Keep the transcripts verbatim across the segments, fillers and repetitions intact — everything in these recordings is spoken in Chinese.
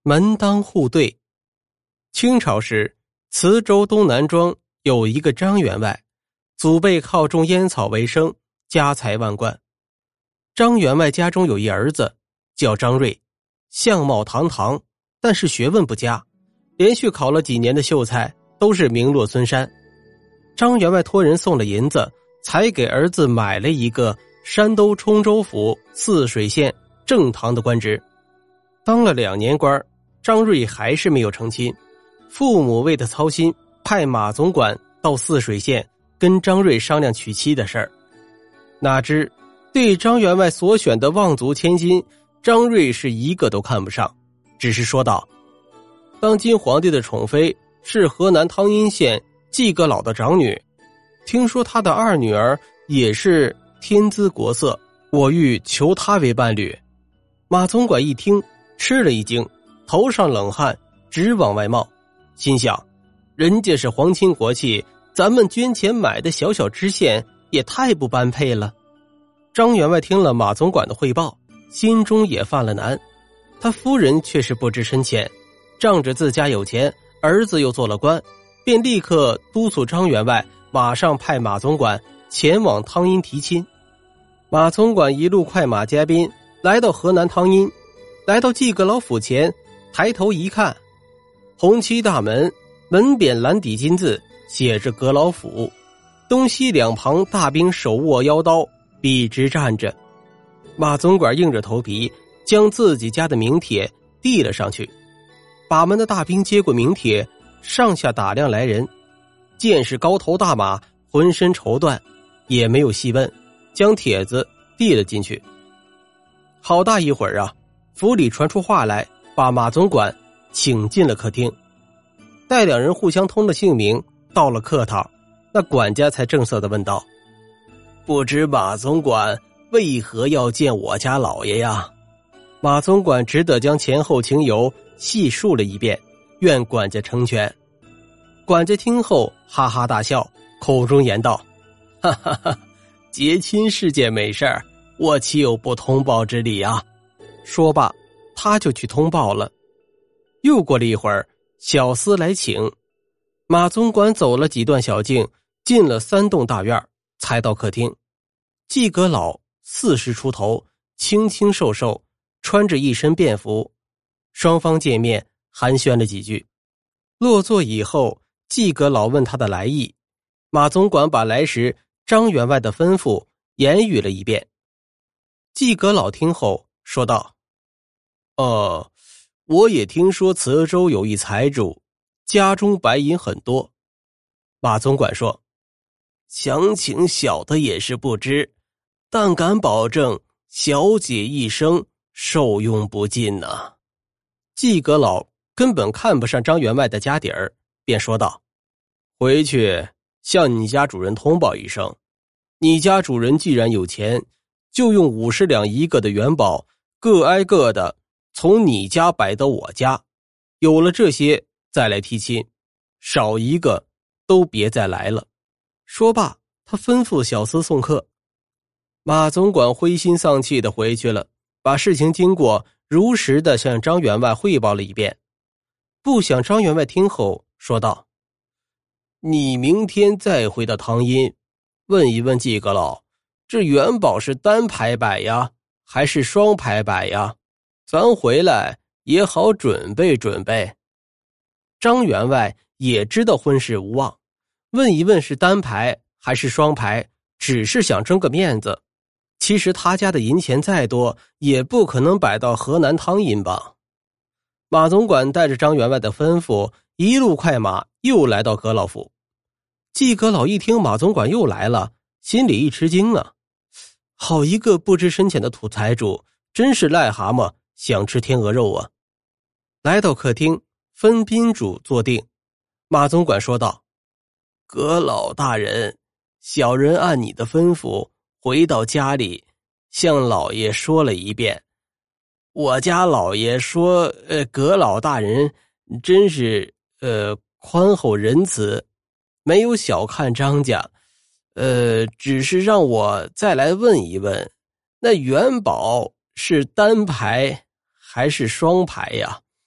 门当户对。清朝时，磁州东南庄有一个张员外，祖辈靠种烟草为生，家财万贯。张员外家中有一儿子叫张瑞，相貌堂堂，但是学问不佳，连续考了几年的秀才都是名落孙山。张员外托人送了银子，才给儿子买了一个山东冲州府泗水县正堂的官职。当了两年官，张瑞还是没有成亲，父母为他操心，派马总管到泗水县跟张瑞商量娶妻的事儿。哪知对张员外所选的望族千金，张瑞是一个都看不上，只是说道：当今皇帝的宠妃是河南汤阴县季阁老的长女，听说她的二女儿也是天姿国色，我欲求她为伴侣。马总管一听吃了一惊，头上冷汗直往外冒，心想人家是皇亲国戚，咱们捐钱买的小小知县也太不般配了。张员外听了马总管的汇报，心中也犯了难，他夫人却是不知深浅，仗着自家有钱，儿子又做了官，便立刻督促张员外马上派马总管前往汤阴提亲。马总管一路快马加鞭来到河南汤阴，来到季阁老府前，抬头一看，红漆大门，门匾蓝底金字写着阁老府，东西两旁大兵手握腰刀笔直站着。马总管硬着头皮将自己家的名帖递了上去，把门的大兵接过名帖，上下打量来人，见是高头大马，浑身绸缎，也没有细问，将帖子递了进去。好大一会儿啊，府里传出话来，把马总管请进了客厅。待两人互相通了姓名，到了客套，那管家才正色地问道：不知马总管为何要见我家老爷呀？马总管只得将前后情由细述了一遍，愿管家成全。管家听后哈哈大笑，口中言道：哈哈哈，结亲是件美事儿，我岂有不通报之理啊？说罢，他就去通报了。又过了一会儿，小厮来请，马总管走了几段小径，进了三栋大院，才到客厅。季阁老四十出头，清清瘦瘦，穿着一身便服，双方见面寒暄了几句。落座以后，季阁老问他的来意，马总管把来时张员外的吩咐言语了一遍。季阁老听后说道：呃，我也听说磁州有一财主，家中白银很多。马总管说：详情小的也是不知，但敢保证小姐一生受用不尽呐、啊。季阁老根本看不上张员外的家底儿，便说道：回去向你家主人通报一声，你家主人既然有钱，就用五十两一个的元宝，各挨个的从你家摆到我家，有了这些再来提亲，少一个都别再来了。说罢，他吩咐小厮送客。马总管灰心丧气的回去了，把事情经过如实的向张员外汇报了一遍。不想张员外听后说道：你明天再回到汤阴，问一问季阁老，这元宝是单排摆呀，还是双排摆呀？咱回来也好准备准备。张员外也知道婚事无望，问一问是单排还是双排，只是想争个面子。其实他家的银钱再多，也不可能摆到河南汤阴吧。马总管带着张员外的吩咐，一路快马又来到阁老府。季阁老一听马总管又来了，心里一吃惊啊，好一个不知深浅的土财主，真是癞蛤蟆想吃天鹅肉啊。来到客厅，分宾主坐定。马总管说道：阁老大人，小人按你的吩咐回到家里，向老爷说了一遍。我家老爷说，呃，阁老大人真是呃宽厚仁慈，没有小看张家，呃，只是让我再来问一问，那元宝是单排还是双排呀？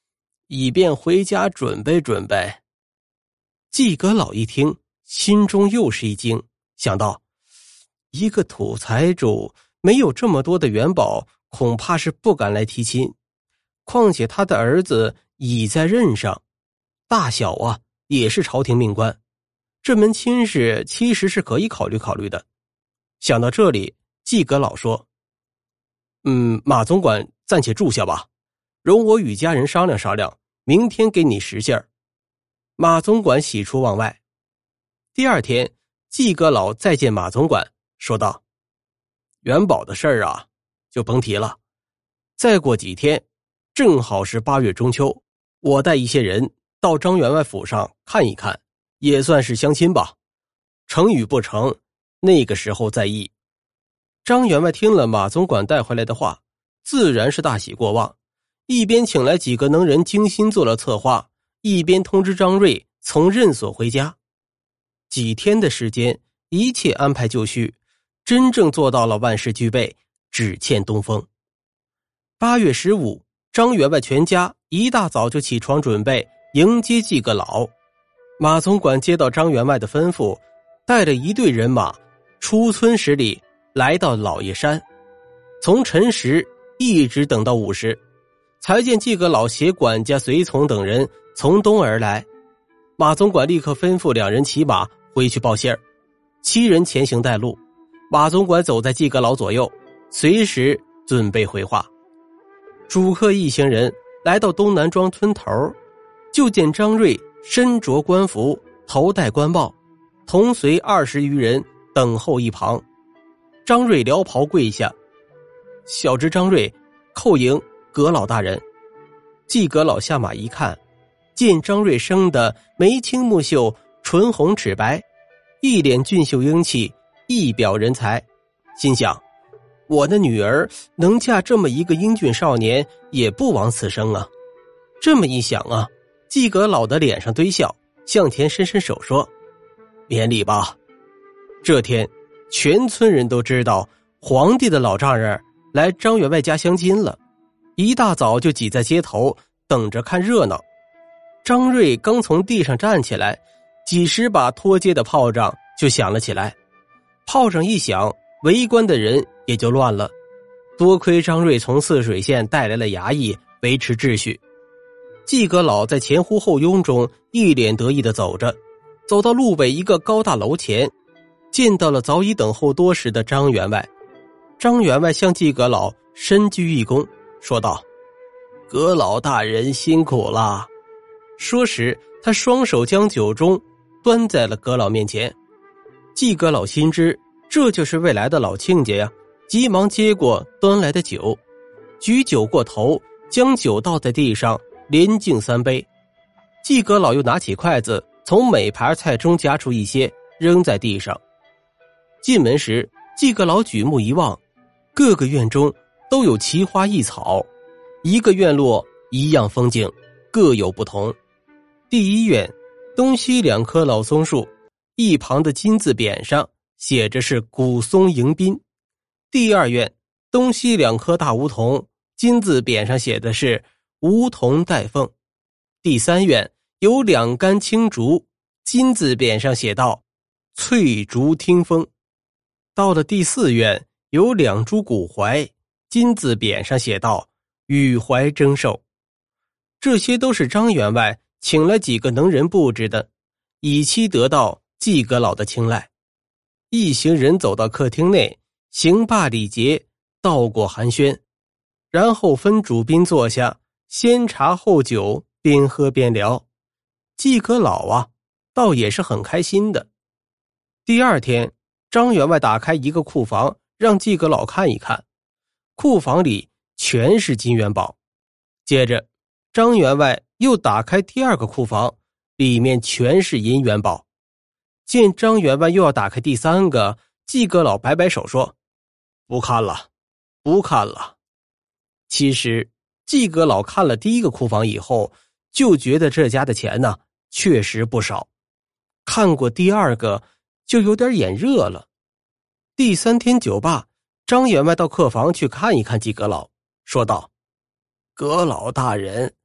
以便回家准备准备。季阁老一听，心中又是一惊，想到一个土财主没有这么多的元宝，恐怕是不敢来提亲。况且他的儿子已在任上，大小啊也是朝廷命官，这门亲事其实是可以考虑考虑的。想到这里，季阁老说：嗯，马总管暂且住下吧，容我与家人商量商量，明天给你实信儿。马总管喜出望外。第二天，季阁老再见马总管，说道：元宝的事儿啊，就甭提了。再过几天，正好是八月中秋，我带一些人到张员外府上看一看，也算是相亲吧。成与不成，那个时候再议。张员外听了马总管带回来的话，自然是大喜过望，一边请来几个能人精心做了策划，一边通知张瑞从任所回家。几天的时间，一切安排就绪，真正做到了万事俱备，只欠东风。八月十五，张员外全家一大早就起床准备迎接季阁老。马总管接到张员外的吩咐，带着一队人马出村十里，来到老爷山。从辰时一直等到午时，才见季阁老携管家随从等人从东而来。马总管立刻吩咐两人骑马回去报信儿，七人前行带路。马总管走在季阁老左右，随时准备回话。主客一行人来到东南庄村头，就见张瑞身着官服，头戴官帽，同随二十余人等候一旁。张瑞撩袍跪下：小侄张瑞叩迎阁老大人。季阁老下马一看，见张瑞生得眉清目秀，唇红齿白，一脸俊秀英气，一表人才，心想我的女儿能嫁这么一个英俊少年，也不枉此生啊。这么一想啊，季阁老的脸上堆笑，向前伸伸手说：免礼吧。这天全村人都知道皇帝的老丈人来张员外家相亲了，一大早就挤在街头等着看热闹。张瑞刚从地上站起来，几十把脱街的炮仗就响了起来。炮仗一响，围观的人也就乱了。多亏张瑞从泗水县带来了衙役维持秩序。季阁老在前呼后拥中一脸得意地走着，走到路北一个高大楼前，见到了早已等候多时的张员外。张员外向季阁老深鞠一躬，说道：阁老大人辛苦了。说时，他双手将酒盅端在了阁老面前。季阁老心知这就是未来的老亲家呀，急忙接过端来的酒，举酒过头，将酒倒在地上，连敬三杯。季阁老又拿起筷子，从每盘菜中夹出一些，扔在地上。进门时，季阁老举目一望，各个院中都有奇花异草，一个院落一样风景，各有不同。第一院东西两棵老松树，一旁的金字匾上写着是古松迎宾。第二院东西两棵大梧桐，金字匾上写的是梧桐带凤。第三院有两杆青竹，金字匾上写道翠竹听风。到了第四院有两株古槐，金字匾上写道与槐争寿。这些都是张员外请了几个能人布置的，以期得到季阁老的青睐。一行人走到客厅内，行罢礼节，道过寒暄，然后分主宾坐下，先茶后酒，边喝边聊。季阁老啊，倒也是很开心的。第二天，张员外打开一个库房，让季阁老看一看。库房里全是金元宝。接着，张员外又打开第二个库房，里面全是银元宝。见张员外又要打开第三个，季阁老摆摆手说：不看了，不看了。其实季阁老看了第一个库房以后，就觉得这家的钱呢确实不少。看过第二个就有点眼热了。第三天酒罢，张员外到客房去看一看季阁老，说道：阁老大人，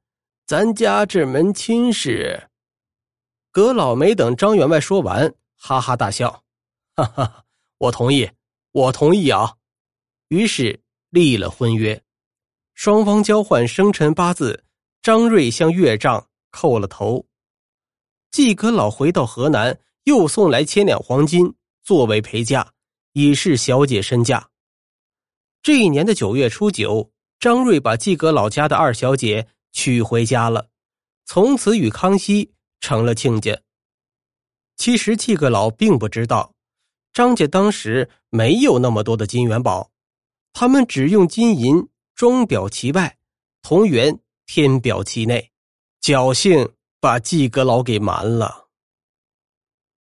咱家这门亲事。葛老没等张员外说完，哈哈大笑，哈哈，我同意，我同意啊。于是立了婚约，双方交换生辰八字，张瑞向岳丈叩了头。季葛老回到河南，又送来千两黄金作为陪嫁，以示小姐身价。这一年的九月初九，张瑞把季葛老家的二小姐娶回家了，从此与康熙成了亲家。其实季葛老并不知道，张家当时没有那么多的金元宝，他们只用金银装裱其外，铜元填表其内，侥幸把季葛老给瞒了。